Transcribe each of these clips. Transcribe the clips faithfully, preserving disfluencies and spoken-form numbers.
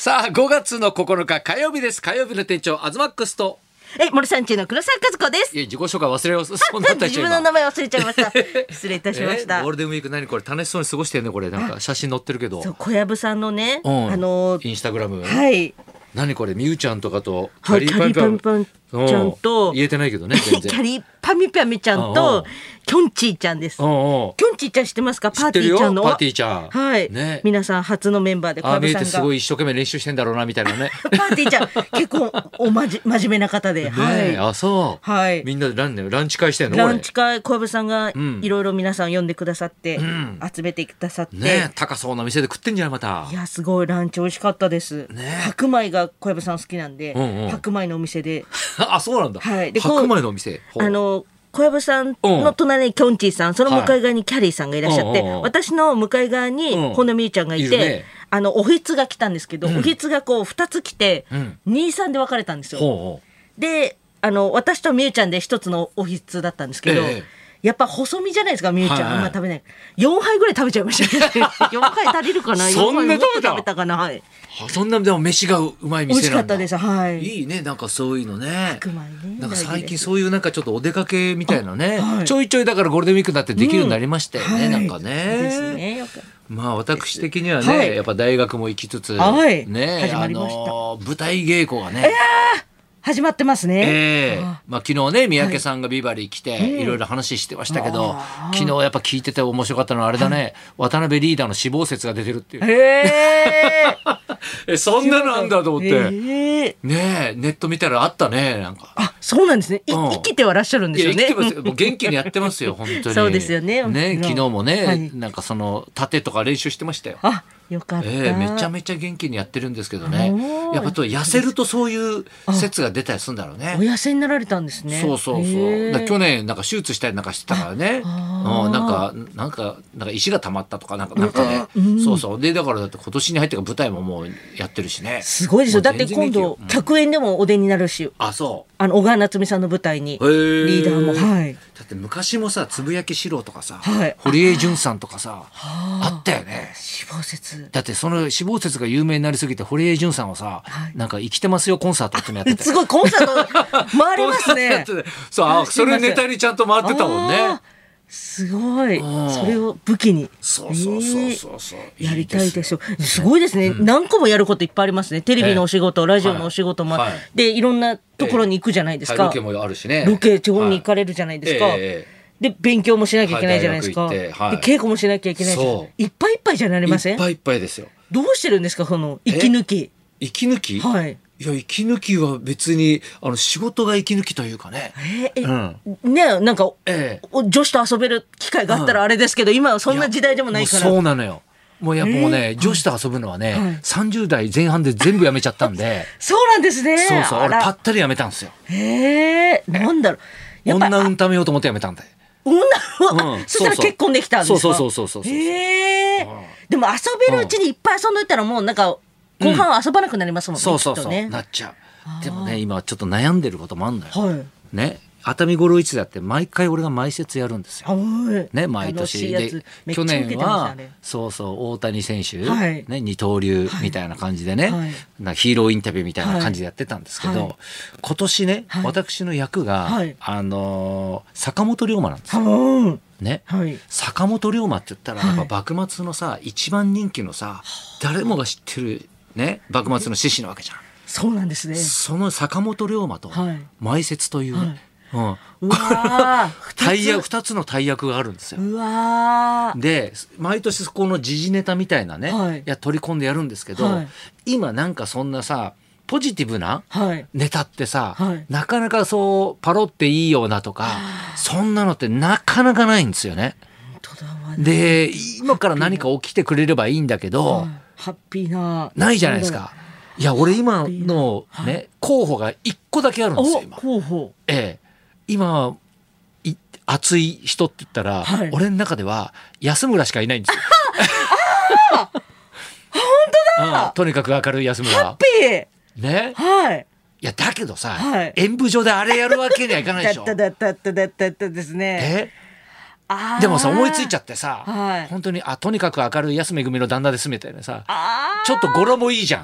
さあごがつのここのか火曜日です。火曜日の店長アズマックスとえ、森さん中の黒沢和子です。 いや自己紹介忘れようそうなった自分の名前忘れちゃいました。失礼いたしましえた。 ゴールデンウィーク何これ楽しそうに過ごしてんね。これなんか写真載ってるけど、 そう小籔さんのね、 うんあのインスタグラム、 はい何これみゆちゃんとかとキャはいリーパミパミキャリーパミパミちゃんとうん言えてないけどね全キ然ャリーパミパミちゃんうんうんときょんちぃちゃんです。きうんうんょんちぃちゃん知ってますか？パーティーちゃんの知ってるよパーティーちゃんはい、 ね皆さん初のメンバーで小ああ見えて籔さんがすごい一生懸命練習してんだろうなみたいなねパーティーちゃん結構おまじ真面目な方で、 ねはえいあそう、 はいみんなでラン,、ね、ランチ会してんのランチ会小籔さんがんいろいろ皆さん呼んでくださって、 ん集めてくださって、 ねえ高そうな店で食ってんじゃないまたいやすごいランチ美味しかったです、 ね白米が小籔さん好きなんで、 うんうん白米のお店であそうなんだ、 はいで白米のお店ほうあの小籔さんの隣にきょんちぃさん、その向かい側にキャリーさんがいらっしゃって、 はいうんうん私の向かい側にうん本田美優ちゃんがいて、 いるねあのおひつが来たんですけど、おひつがこうふたつ来て、 うんにさんで分かれたんですよ。 ほうほうであの私とみゆちゃんで一つのおひつだったんですけど、 ええやっぱ細身じゃないですかみゆちゃん、 はいはいあんま食べないよんはいぐらい食べちゃいましたねよんはい足りるかなそんなよんはいもっと食べた食べたかな、はい、 あそんなでも飯がうまい美味し店なんだかったです。はいいいねなんかそういうのね白米ねなんか最近大事ですそういうなんかちょっとお出かけみたいなね、 はいちょいちょいだからゴールデンウィークになってできるようになりましたよね、 はいなんかねですねよくまあ私的にはね、 はいやっぱ大学も行きつつ、 はいね始まりましたあの舞台稽古がね、 始まってますね、 ええあまあ、昨日ね三宅さんがビバリー来て、いろいろ話してましたけど、昨日やっぱ聞いてて面白かったのはあれだね、渡辺リーダーの死亡説が出てるっていう、 へええそんなのあんだと思って、 へえねえネット見たらあったねなんか。 あそうなんですね、いうん生きてはらっしゃるんでいやすよね生きてますよ。もう元気にやってますよ本当に。 そうですよねねうん昨日もね、 はいなんかその盾とか練習してましたよ。 あよかった、 ええめちゃめちゃ元気にやってるんですけどねおーやっぱと痩せるとそういう説が出たりするんだろうねお。痩せになられたんですね。 そうそうそうへえだから去年なんか手術したりなんかしてたからね、 あうん、なんかなんかなんか石が溜まったとかなんかなんかね、そうそうでだからだって今年に入ってから舞台ももうやってるしね。 すごいですよ。だって今度もう全然元気ようん客演でもお出になるし、 あそうあの小川夏美さんの舞台にリへーーダーもはい。 だって昔もさつぶやきしろうとかさ、 はい堀江潤さんとかさあったよね。 死亡説。 だってその死亡説が有名になりすぎて堀江潤さんはさ、 はいなんか生きてますよコンサートってのやっててすごいコンサート回りますね。 コンサートでそうあそれネタにちゃんと回ってたもんね。 あーすごい。 うんそれを武器に。 そうそうそうそうそう、 えーやりたいでしょいいすごいですね、何個もやることいっぱいありますね。テレビのお仕事、ラジオのお仕事も、 はいでいろんなところに行くじゃないですか。 はいロケもあるしね。 ロケ地方に行かれれるじゃないですか、 はいええで勉強もしなきゃいけないじゃないですか、 はい大学行ってはいで稽古もしなきゃいけないしそういっぱいいっぱいじゃなりません？ いっぱいいっぱいですよ。 どうしてるんですかその息抜き。 息抜き、 はいいや息抜きは別にあの仕事が息抜きというかね。 えーうんえねなんか、 ええお女子と遊べる機会があったらあれですけど、今はそんな時代でもないから。 もうそうなのよ。もうやっぱもうね、女子と遊ぶのはね、 はいさんじゅう代前半で全部やめちゃったんでそうなんですね。 そうそうあら俺パッタリやめたんですよ。 へえなんだろうやっぱ女運ためようと思ってやめたんだよ。 女は、 うんそしたら結婚できたんですか？ そうそうそうそうそうそうへえでも遊べるうちにいっぱい遊んどいたらもうなんか後半は遊ばなくなりますもんね、 そうそうそう、 きっとね。 なっちゃう。でもね今ちょっと悩んでることもあるのよ。 はいね熱海五郎一座って毎回俺が毎節やるんですよ。 はいね、毎楽しい年でやつめっち去ゃ受け年はてましたあれそうそう大谷選手、 はいね、二刀流みたいな感じでね、 はいなんかヒーローインタビューみたいな感じでやってたんですけど、 はいはい今年ね、 はい私の役が、 はいあのー坂本龍馬なんですよ。 うんねはい坂本龍馬って言ったらはいやっぱ幕末のさ一番人気のさ誰もが知ってる、ね、幕末の志士なわけじゃん。 そうなんですね。 その坂本龍馬とはい前説というね、 はいうん、 うわー大役二つふたつの大役があるんですよ。 うわーで毎年そこの時事ネタみたいなね、 はいいや取り込んでやるんですけど、 はい今なんかそんなさポジティブなはいネタってさ、 はいなかなかそうパロっていいようなとかそんなのってなかなかないんですよね。 本当だわねで今から何か起きてくれればいいんだけど、 はいハッピーなないじゃないですか。いや俺今のはね候補がいっこだけあるんですよお今。 候補ええ、今い熱い人って言ったら、 はい俺の中では安村しかいないんですよ。本当だ、うん、とにかく明るい安村。 ハッピーね。 はいいやだけどさ、 はい演舞場であれやるわけにはいかないでしょ。 だっただっただっただっただったですね。 えあーでもさ思いついちゃってさ、 はい本当にあとにかく明るい安めぐみの旦那ですみたいなさあーちょっと語呂もいいじゃん。 と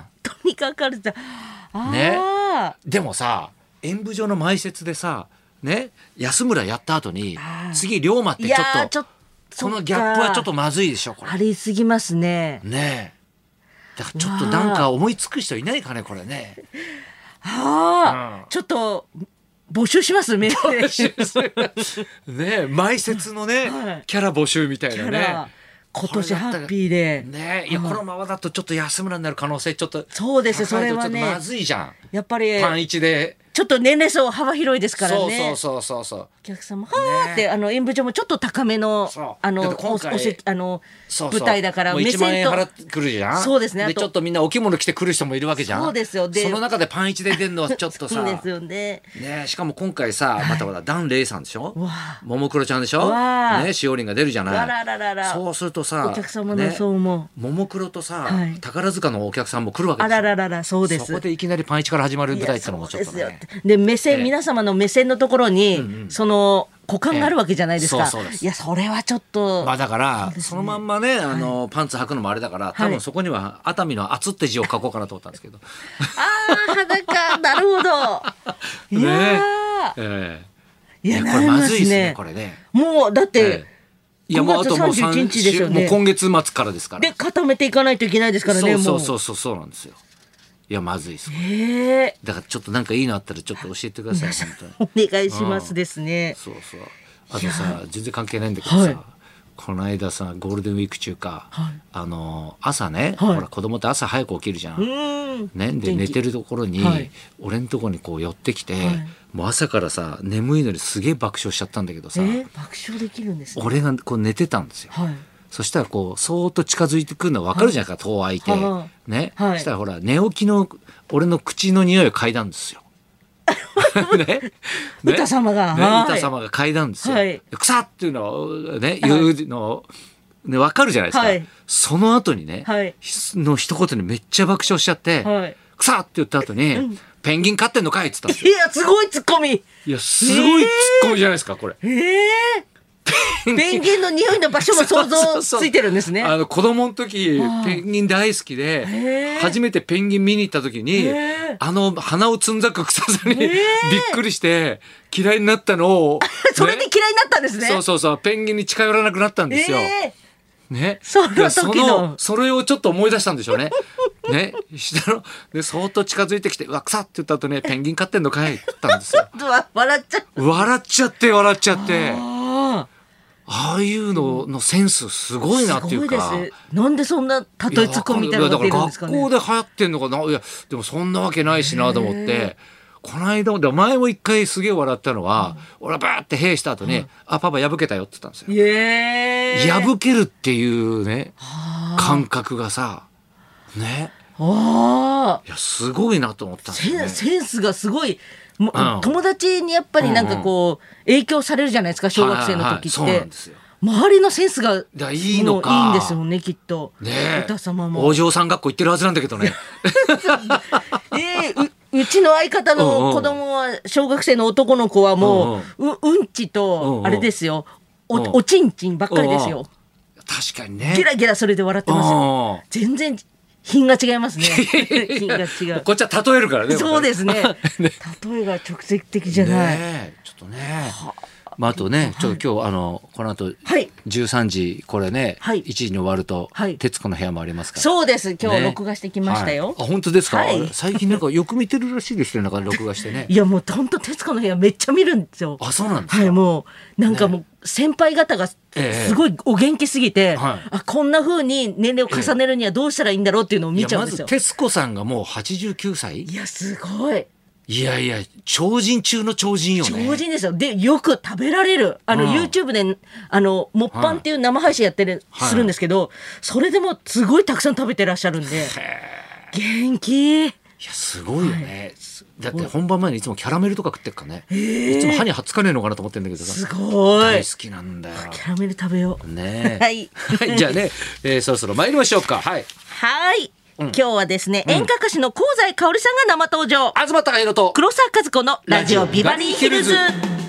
にかかるってあねーでもさ演舞場の前説でさね安村やった後にあー次龍馬っていちょっとやーちょっとこのギャップはちょっとまずいでしょこれありすぎますね。 ねえだからちょっとなんか思いつく人いないかねこれねはあ、 うんちょっと募集しますメールでねえ前説のね、 はいキャラ募集みたいなねキャラ今年ハッピーでねえいやこのままだとちょっと安村になる可能性ちょっとそうです高いとそれはねちょっとまずいじゃんやっぱりパン一でちょっと年齢層幅広いですからね。 そうそうそうそうそうお客様はーって、あの演舞場もちょっと高めのそうあのだって今回おお席あのそうそう舞台だからもういちまん円目線と払ってくるじゃんそうですねあとでちょっとみんなお着物着てくる人もいるわけじゃんそうですよでその中でパン一で出るのはちょっとさそうですよね。 ねしかも今回さまたほらダンレイさんでしょわあももクロちゃんでしょわあねしおりんが出るじゃないあららららそうするとさお客様の層もももクロとさ、 はい宝塚のお客さんも来るわけあですよららららそうです。 そこでいきなりパン一から始まる舞台っていやのもちょっとそうですねよで目線、 ええ皆様の目線のところに、 うんうんその股間があるわけじゃないですか、 ええそうそうですいやそれはちょっと、 まあだからそのまんまねあのパンツ履くのもあれだから多分そこには熱海の熱って字を書こうかなと思ったんですけどああ裸なるほどいやー、 えいやえこれまずいですねなりこれねもうだって、 ええいやもうあともうごがつさんじゅういちにちですよねもう今月末からですからで固めていかないといけないですからねそうもそううそうそうそうなんですよいやまずいですへえだからちょっとなんかいいのあったらちょっと教えてください本当にお願いしますですね。 そうそうあとさ全然関係ないんだけどさ、 はいこの間さゴールデンウィーク中か、 はいあの朝ね、 はいほら子供って朝早く起きるじゃん、 うーんね、で元気寝てるところに、 はい俺のところにこう寄ってきて、 はいもう朝からさ眠いのにすげえ爆笑しちゃったんだけどさ、 えー、爆笑できるんですね。 俺がこう寝てたんですよ。 はいそしたらこうそーっと近づいてくるの分かるじゃないですか、戸開いて、 はね、 はいそしたらほら寝起きの俺の口の匂いを嗅いだんですよ。ね、ね歌様がね、 はい歌様が嗅いだんですよ。 はい草っていうのをね言うの、ね、分かるじゃないですか、 はいその後にね、 はいの一言にめっちゃ爆笑しちゃって、 はい草って言った後に、 うんペンギン飼ってんのかいっつったんですよ。 いやすごいツッコミ。 いやすごいツッコミじゃないですかこれ。 ええー、ペンギンの匂いの場所も想像ついてるんですね。 あの子供の時ああペンギン大好きでへえ初めてペンギン見に行った時にへえあの鼻をつんざく臭さにびっへえくりして嫌いになったのを、 それでね嫌いになったんですね。 そうそうそうペンギンに近寄らなくなったんですよ。 えね、 その時のいやそのそれをちょっと思い出したんでしょうね。ね、下のでそーっと近づいてきて「うわ草」って言った後ね「ペンギン飼ってんのかい」って言ったんですよ。 ー、わ笑っちゃう。 笑っちゃって笑っちゃってあああいうののセンスすごいなっていうか。 すごいです。なんでそんな例えツッコミみたいなのが出るんですかね。 いやだから学校で流行ってんのかないやでもそんなわけないしなと思ってこの間もで前も一回すげえ笑ったのは、俺はバーって兵した後に「あパパ破けたよ」って言ったんですよ。 イエーイ。 破けるっていうねはあ感覚がさねあいやすごいなと思ったんですよね。 センセンスがすごい。もうん友達にやっぱりなんかこう影響されるじゃないですか小学生のはいはい時っそうなてんですよ。 周りのセンスがだいいのかもういいんですよねきっと。 ねえ歌様も。 お嬢さん学校行ってるはずなんだけどね。 えーううちの相方の子供は小学生の男の子はもうううんちうんうんとあれですようんおおちんちんばっかりですよ。 確かにね。 ゲラゲラそれで笑ってますよ。 うん全然品が違いますね。品が違う。 こっちは例えるからね。 そうですね。 ね例えが直接的じゃない。 ねえちょっとね。まああとねちょっと今日あのこの後はい。 じゅうさんじこれねはいいちじに終わるとはい徹子の部屋もありますから。 そうです。今日ね録画してきましたよ。 はいあ本当ですか。 はい最近なんかよく見てるらしいですよなんか録画してねい。やもう本当徹子の部屋めっちゃ見るんですよ。 あそうなんですか。 はいもうなんかもう先輩方がすええごいお元気すぎて、 はいあこんな風に年齢を重ねるにはどうしたらいいんだろうっていうのを見ちゃうんですよ。 いやまず徹子さんがもうはちじゅうきゅうさい。 いやすごい。 いやいや超人中の超人よね。 超人ですよ。でよく食べられるあの、 うん YouTube であのもっぱんっていう生配信やってる、 はいするんですけどそれでもすごいたくさん食べてらっしゃるんで元気。 いやすごいよね。だって本番前にいつもキャラメルとか食ってっからね。いつも歯にはっつかねえのかなと思ってんだけどさ。 すごい大好きなんだよ。 キャラメル食べよう。 ねえはいはいじゃあね、えー、そろそろ参りましょうか。はい。 はい、今日はですね、演歌歌手の香西かおりさんが生登場。 東貴博と黒沢和子のラジオビバリーヒルズ。 ラジオ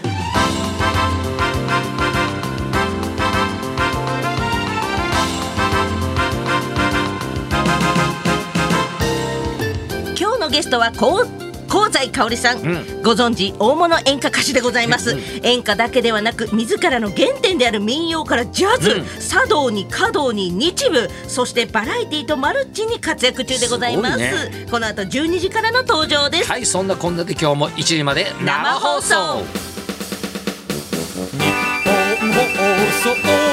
のゲストはこう香西かおりさん、うん、ご存知大物演歌歌手でございます、うん、演歌だけではなく自らの原点である民謡からジャズ、うん、茶道に華道に日舞、そしてバラエティとマルチに活躍中でございます。すごいね。この後じゅうにじからの登場です。 はい、そんなこんなで今日もいちじまで生放送。日本放送